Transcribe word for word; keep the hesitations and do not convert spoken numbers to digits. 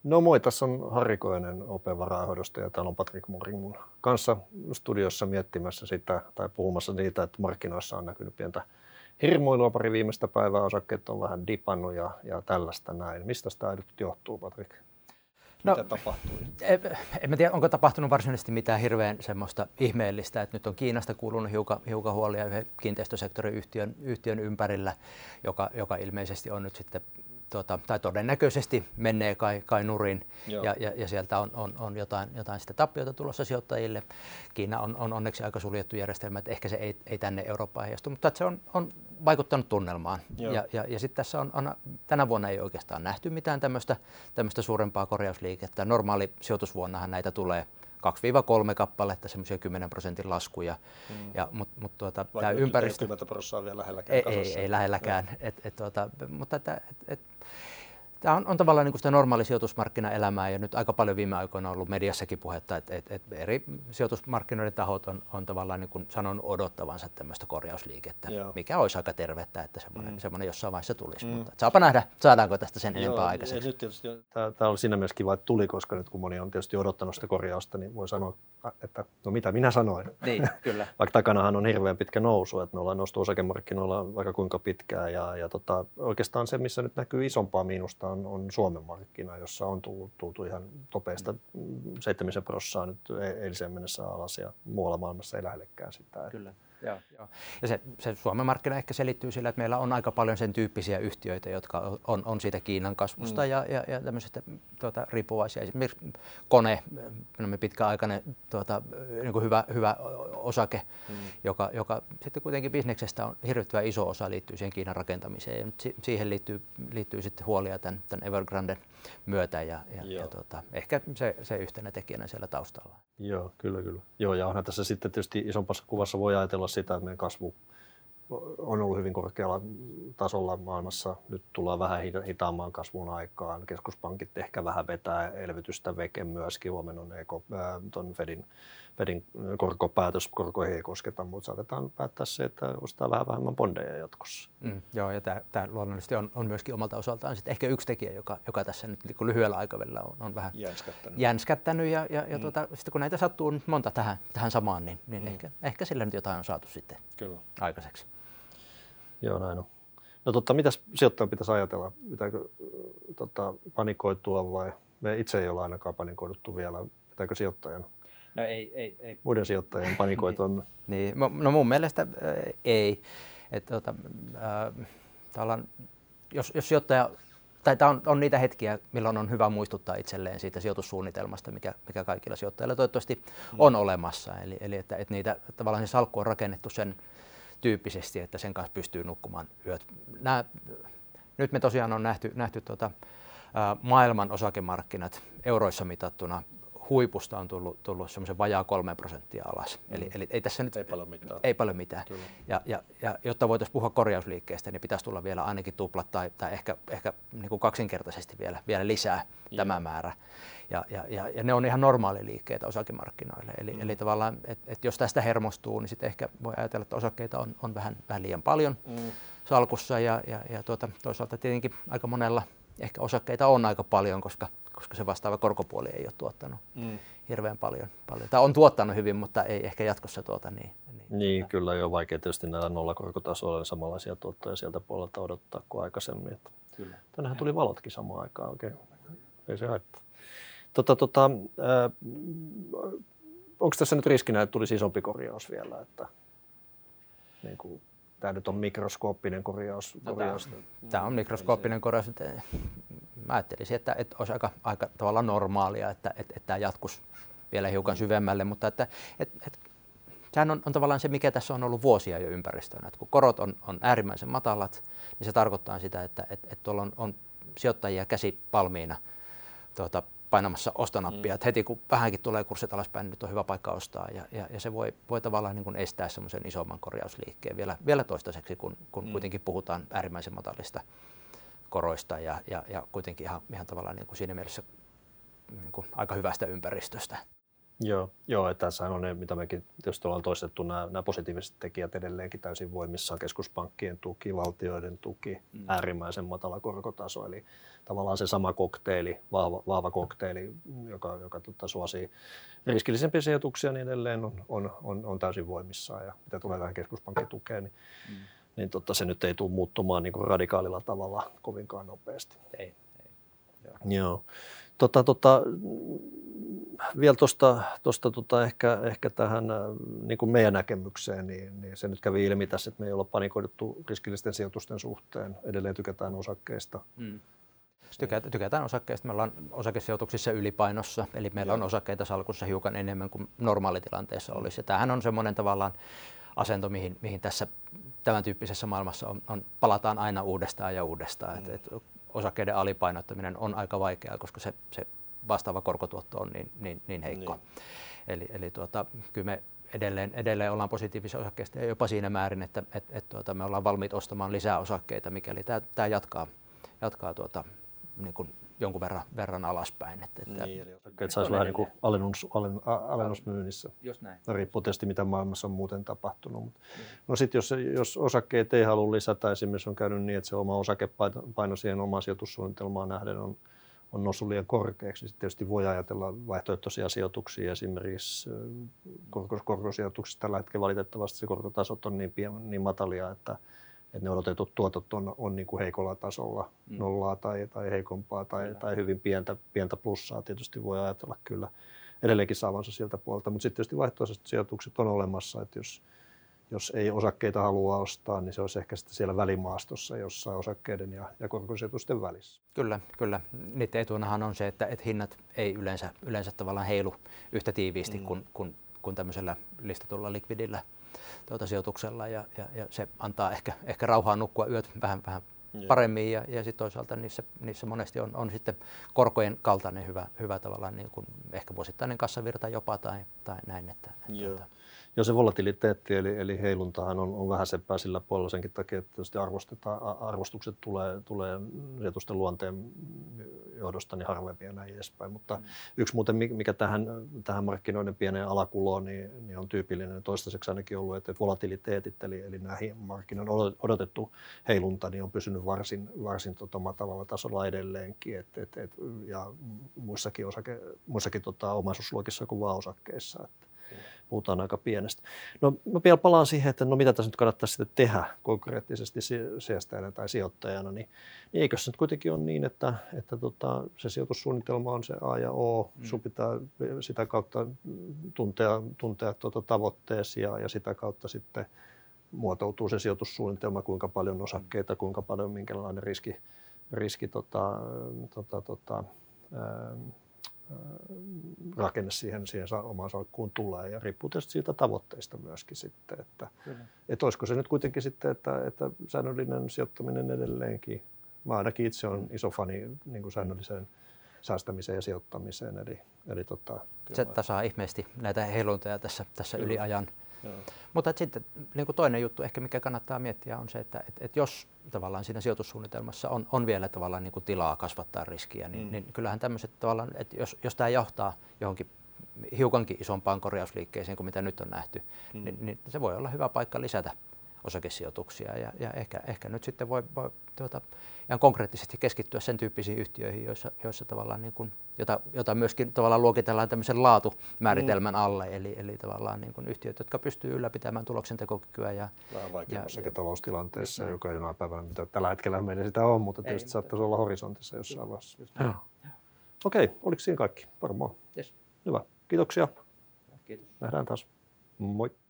No moi, tässä on Harri Kojonen O P-varainhoidosta ja täällä on Patrik Moring mun kanssa studiossa miettimässä sitä tai puhumassa siitä, että markkinoissa on näkynyt pientä hirmuilua pari viimeistä päivää, osakkeet on vähän dipannut ja, ja tällaista näin. Mistä tämä nyt johtuu, Patrik? Mitä no, tapahtui? En mä tiedä, onko tapahtunut varsinaisesti mitään hirveän semmoista ihmeellistä, että nyt on Kiinasta kuulunut hiukan, hiukan huolia yhden kiinteistösektorin yhtiön, yhtiön ympärillä, joka, joka ilmeisesti on nyt sitten Tuota, tai todennäköisesti menee kai, kai nurin ja, ja, ja sieltä on, on, on jotain, jotain sitä tappiota tulossa sijoittajille. Kiina on, on onneksi aika suljettu järjestelmä, että ehkä se ei, ei tänne Eurooppaan heijastu, mutta se on, on vaikuttanut tunnelmaan. Joo. Ja, ja, ja sitten tässä on, on, tänä vuonna ei oikeastaan nähty mitään tämmöistä, tämmöistä suurempaa korjausliikettä. Normaali sijoitusvuonnahan näitä tulee kaksi kolme kappaletta, semmoisia kymmenen prosentin laskuja. Mm. Ja, mut, mut, tuota, tämä ympäristö... kaksikymmentä prosenttia vielä lähelläkään ei, ei, ei lähelläkään. Et, et, tuota, mutta et, et, tämä on, on tavallaan niin kuin sitä normaali sijoitusmarkkinaelämää ja nyt aika paljon viime aikoina on ollut mediassakin puhetta, että, että, että eri sijoitusmarkkinoiden tahot on, on tavallaan niin kuin sanonut odottavansa tämmöistä korjausliikettä, Joo. mikä olisi aika tervettä, että semmoinen, mm. semmoinen jossain vaiheessa tulisi. Mm. Mutta saapa nähdä, saadaanko tästä sen enempää Joo, aikaiseksi. Nyt tietysti, tämä, tämä oli siinä mielessä kiva, että tuli, koska nyt kun moni on tietysti odottanut sitä korjausta, niin voi sanoa, että no mitä minä sanoin. Niin, kyllä. Vaikka takanahan on hirveän pitkä nousu, että me ollaan noustu osakemarkkinoilla vaikka kuinka pitkään ja, ja tota, oikeastaan se, missä nyt näkyy isompaa miinusta on, on Suomen markkina, jossa on tullut, tultu ihan topeista seitsemisen prossaa nyt eiliseen mennessä alas ja muualla maailmassa ei lähellekään sitä. Kyllä. Joo, joo. Ja se, se Suomen markkina ehkä selittyy sillä, että meillä on aika paljon sen tyyppisiä yhtiöitä, jotka on, on siitä Kiinan kasvusta mm. ja, ja, ja tämmöisestä tuota, riippuvaisia. Esimerkiksi Kone, pitkäaikainen tuota, niin kuin hyvä, hyvä osake, mm. joka, joka sitten kuitenkin bisneksestä on hirvittävän iso osa liittyy siihen Kiinan rakentamiseen. Ja si, siihen liittyy, liittyy sitten huolia tämän, tämän Evergranden myötä ja, ja, ja tuota, ehkä se, se yhtenä tekijänä siellä taustalla. Joo, kyllä, kyllä. Joo, ja onhan tässä sitten tietysti isompassa kuvassa voi ajatella sitä, että meidän kasvu on ollut hyvin korkealla tasolla maailmassa. Nyt tullaan vähän hitaamman kasvun aikaan. Keskuspankit ehkä vähän vetää elvytystä veke myöskin. Huomenna on tuon Fedin, Fedin korkopäätös, korkoihin ei kosketa, mutta saatetaan päättää se, että ostaa vähän vähemmän bondeja jatkossa. Mm, joo, ja tämä luonnollisesti on, on myöskin omalta osaltaan sitten ehkä yksi tekijä, joka, joka tässä nyt lyhyellä aikavälillä on, on vähän jänskättänyt. jänskättänyt ja, ja, ja mm. tuota, sitten kun näitä sattuu nyt monta tähän, tähän samaan, niin, niin mm. ehkä, ehkä sillä nyt jotain on saatu sitten Kyllä. aikaiseksi. Joo, näin on. No totta, mitäs sijoittajan pitäisi ajatella? Pitääkö tota, panikoitua vai? Me itse ei olla ainakaan panikoiduttu vielä. Pitääkö sijoittajan? No ei, ei, ei. Muiden sijoittajien panikoitua? niin, no mun mielestä äh, ei. Et, tota, äh, jos, jos sijoittaja, tai tämä on, on niitä hetkiä, milloin on hyvä muistuttaa itselleen siitä sijoitussuunnitelmasta, mikä, mikä kaikilla sijoittajilla toivottavasti hmm. on olemassa. Eli, eli että, että niitä, tavallaan se salkku on rakennettu sen tyyppisesti, että sen kanssa pystyy nukkumaan yöt. Nää, nyt me tosiaan on nähty, nähty tuota, ä, maailman osakemarkkinat euroissa mitattuna. Huipusta on tullut, tullut semmoisen vajaa kolme prosenttia alas. Mm. Eli, eli ei tässä nyt ei paljon mitään. Ei paljon mitään. Ja, ja, ja jotta voitaisiin puhua korjausliikkeestä, niin pitäisi tulla vielä ainakin tuplat tai, tai ehkä, ehkä niin kuin kaksinkertaisesti vielä, vielä lisää mm. tämä määrä. Ja, ja, ja, ja ne on ihan normaaliliikkeitä osakemarkkinoille. Eli, mm. eli tavallaan, että et jos tästä hermostuu, niin sitten ehkä voi ajatella, että osakkeita on, on vähän, vähän liian paljon mm. salkussa. Ja, ja, ja tuota, toisaalta tietenkin aika monella ehkä osakkeita on aika paljon, koska, koska se vastaava korkopuoli ei ole tuottanut mm. hirveän paljon, paljon. Tai on tuottanut hyvin, mutta ei ehkä jatkossa tuota. Niin, niin, niin kyllä on vaikea tietysti näillä nollakorkotasoilla samanlaisia tuottoja sieltä puolelta odottaa kuin aikaisemmin. Että kyllä. Tännehän tuli valotkin samaan aikaan oikein. Ei se haittaa. Tota, tota, äh, onko tässä nyt riskinä, että tulisi isompi korjaus vielä? Että, niin kuin, tämä nyt on mikroskooppinen korjaus. No, korjaus. Tämä on mikroskooppinen korjaus. Mä ajattelisin, että, että olisi aika, aika tavalla normaalia, että, että, että tämä jatkuisi vielä hiukan syvemmälle, mutta että, että, että, sehän on, on tavallaan se, mikä tässä on ollut vuosia jo ympäristönä. Että kun korot on, on äärimmäisen matalat, niin se tarkoittaa sitä, että, että, että tuolla on, on sijoittajia käsi palmiina tuota, painamassa ostonappia, mm. että heti kun vähänkin tulee kurssit alaspäin, niin nyt on hyvä paikka ostaa ja, ja, ja se voi, voi tavallaan niin kuin estää semmoisen isomman korjausliikkeen vielä, vielä toistaiseksi, kun, kun mm. kuitenkin puhutaan äärimmäisen matalista koroista ja, ja, ja kuitenkin ihan, ihan tavallaan niin kuin siinä mielessä niin kuin aika hyvästä ympäristöstä. Joo, joo, että tässähän on ne, mitä mekin tietysti ollaan toistettu, nämä, nämä positiiviset tekijät edelleenkin täysin voimissaan, keskuspankkien tuki, valtioiden tuki, mm. äärimmäisen matala korkotaso, eli tavallaan se sama kokteili, vahva, vahva kokteili, joka, joka tota, suosii riskillisempiä sijoituksia, niin edelleen on, on, on, on täysin voimissaan, ja mitä tulee tähän keskuspankin tukeen, niin, mm. niin tota, se nyt ei tule muuttumaan niin kuin radikaalilla tavalla kovinkaan nopeasti. Ei, ei. Joo. Joo. Tota, tota, vielä tuosta tota ehkä, ehkä tähän niin kuin meidän näkemykseen, niin, niin se nyt kävi ilmi tässä, että me ei olla panikoiduttu riskillisten sijoitusten suhteen. Edelleen tykätään osakkeista. Mm. Tykätään, tykätään osakkeista. Me ollaan osakesijoituksissa ylipainossa, eli meillä on osakkeita salkussa hiukan enemmän kuin normaalitilanteessa olisi. Ja tämähän on semmoinen tavallaan asento, mihin, mihin tässä tämän tyyppisessä maailmassa on, on, palataan aina uudestaan ja uudestaan. Mm. Et, et osakkeiden alipainottaminen on aika vaikeaa, koska se, se vastaava korkotuotto on niin, niin, niin heikko. Niin. Eli, eli tuota, kyllä me edelleen, edelleen ollaan positiivisia osakkeista ja jopa siinä määrin, että et, et, tuota, me ollaan valmiit ostamaan lisää osakkeita, mikäli tämä jatkaa, jatkaa tuota, niin kuin jonkun verran, verran alaspäin. Että, niin, eli osakkeet saisi vähän niin kuin alennus, alennus, alennusmyynnissä. Just näin. Riippuu tietysti, mitä maailmassa on muuten tapahtunut. Mutta mm. No sitten jos, jos osakkeet ei halua lisätä, esimerkiksi on käynyt niin, että se oma osakepaino siihen omaan sijoitussuunnitelmaan nähden on, on noussut liian korkeaksi, niin tietysti voi ajatella vaihtoehtoisia sijoituksia, esimerkiksi korkosijoituksissa tällä hetkellä valitettavasti se korkotasot on niin, pien, niin matalia, että että ne odotetut tuotot on, on niin kuin heikolla tasolla, mm. nollaa tai, tai heikompaa tai, tai hyvin pientä, pientä plussaa. Tietysti voi ajatella kyllä edelleenkin saavansa sieltä puolelta, mutta sitten tietysti vaihtoehtoiset sijoitukset on olemassa, että jos, jos ei osakkeita halua ostaa, niin se olisi ehkä sitten siellä välimaastossa jossain osakkeiden ja, ja korkosijoitusten välissä. Kyllä, kyllä. Niiden etunahan on se, että, että hinnat ei yleensä, yleensä tavallaan heilu yhtä tiiviisti mm. kuin, kuin, kuin tämmöisellä listatulla likvidillä tuota sijoituksella ja, ja, ja se antaa ehkä, ehkä rauhaa nukkua yöt vähän, vähän paremmin ja, ja sitten toisaalta niissä, niissä monesti on, on sitten korkojen kaltainen hyvä, hyvä tavallaan niin kuin ehkä vuosittainen kassavirta jopa tai, tai näin. Että, että Joo, se volatiliteetti eli, eli heiluntahan on, on vähäisempää sillä puolella senkin takia, että tietysti arvostetaan, arvostukset tulee, tulee sijoitusten luonteen johdosta niin harvempia ja näin edespäin. Mutta mm. yksi muuten, mikä tähän, tähän markkinoiden pieneen alakuloon niin, niin on tyypillinen toistaiseksi ainakin ollut, että volatiliteetit eli, eli nämä markkinoiden odotettu heilunta niin on pysynyt varsin, varsin tota, matalalla tasolla edelleenkin et, et, et, ja muissakin, osake, muissakin tota, omaisuusluokissa kuin vaan osakkeissa. Että puhutaan aika pienestä. No mä vielä palaan siihen, että no mitä tässä nyt kannattaa sitten tehdä konkreettisesti säästäjänä tai sijoittajana, niin, niin eikö se nyt kuitenkin ole niin, että, että tota, se sijoitussuunnitelma on se A ja O, mm. sun pitää sitä kautta tuntea, tuntea tuota tavoitteesi ja, ja sitä kautta sitten muotoutuu se sijoitussuunnitelma, kuinka paljon osakkeita, kuinka paljon minkälainen riski, riski tota, tota, tota, ää, rakenne siihen, siihen omaan salkkuun tulee ja riippuu tietysti siitä tavoitteista myöskin sitten, että, että olisiko se nyt kuitenkin sitten, että, että säännöllinen sijoittaminen edelleenkin, mä ainakin itse olen iso fani niin kuin säännölliseen säästämiseen ja sijoittamiseen, eli, eli tota, se tasaa ihmeesti näitä heiluntoja tässä, tässä yli ajan. Joo. Mutta sitten niin kuin toinen juttu ehkä, mikä kannattaa miettiä, on se, että et, et jos tavallaan siinä sijoitussuunnitelmassa on, on vielä tavallaan niin kuin tilaa kasvattaa riskiä, niin, mm. niin kyllähän tämmöiset tavallaan, että jos, jos tämä johtaa johonkin hiukankin isompaan korjausliikkeeseen kuin mitä nyt on nähty, mm. niin, niin se voi olla hyvä paikka lisätä osakesijoituksia ja, ja ehkä, ehkä nyt sitten voi, voi tuota, ihan konkreettisesti keskittyä sen tyyppisiin yhtiöihin, joissa, joissa tavallaan niin kuin, jota, jota myöskin tavallaan luokitellaan tämmöisen laatumääritelmän mm. alle, eli, eli tavallaan niin kuin yhtiöt, jotka pystyy ylläpitämään tuloksentekokykyä. Ja, vähän vaikeammassakin taloustilanteessa, ja, joka jonain päivänä, mitä tällä hetkellä meillä sitä on, mutta tietysti ei, saattaisi olla horisontissa jossain vaiheessa. Okei, okay, oliko siinä kaikki? Varmaan. Yes. Hyvä, kiitoksia. Kiitos. Nähdään taas. Moi.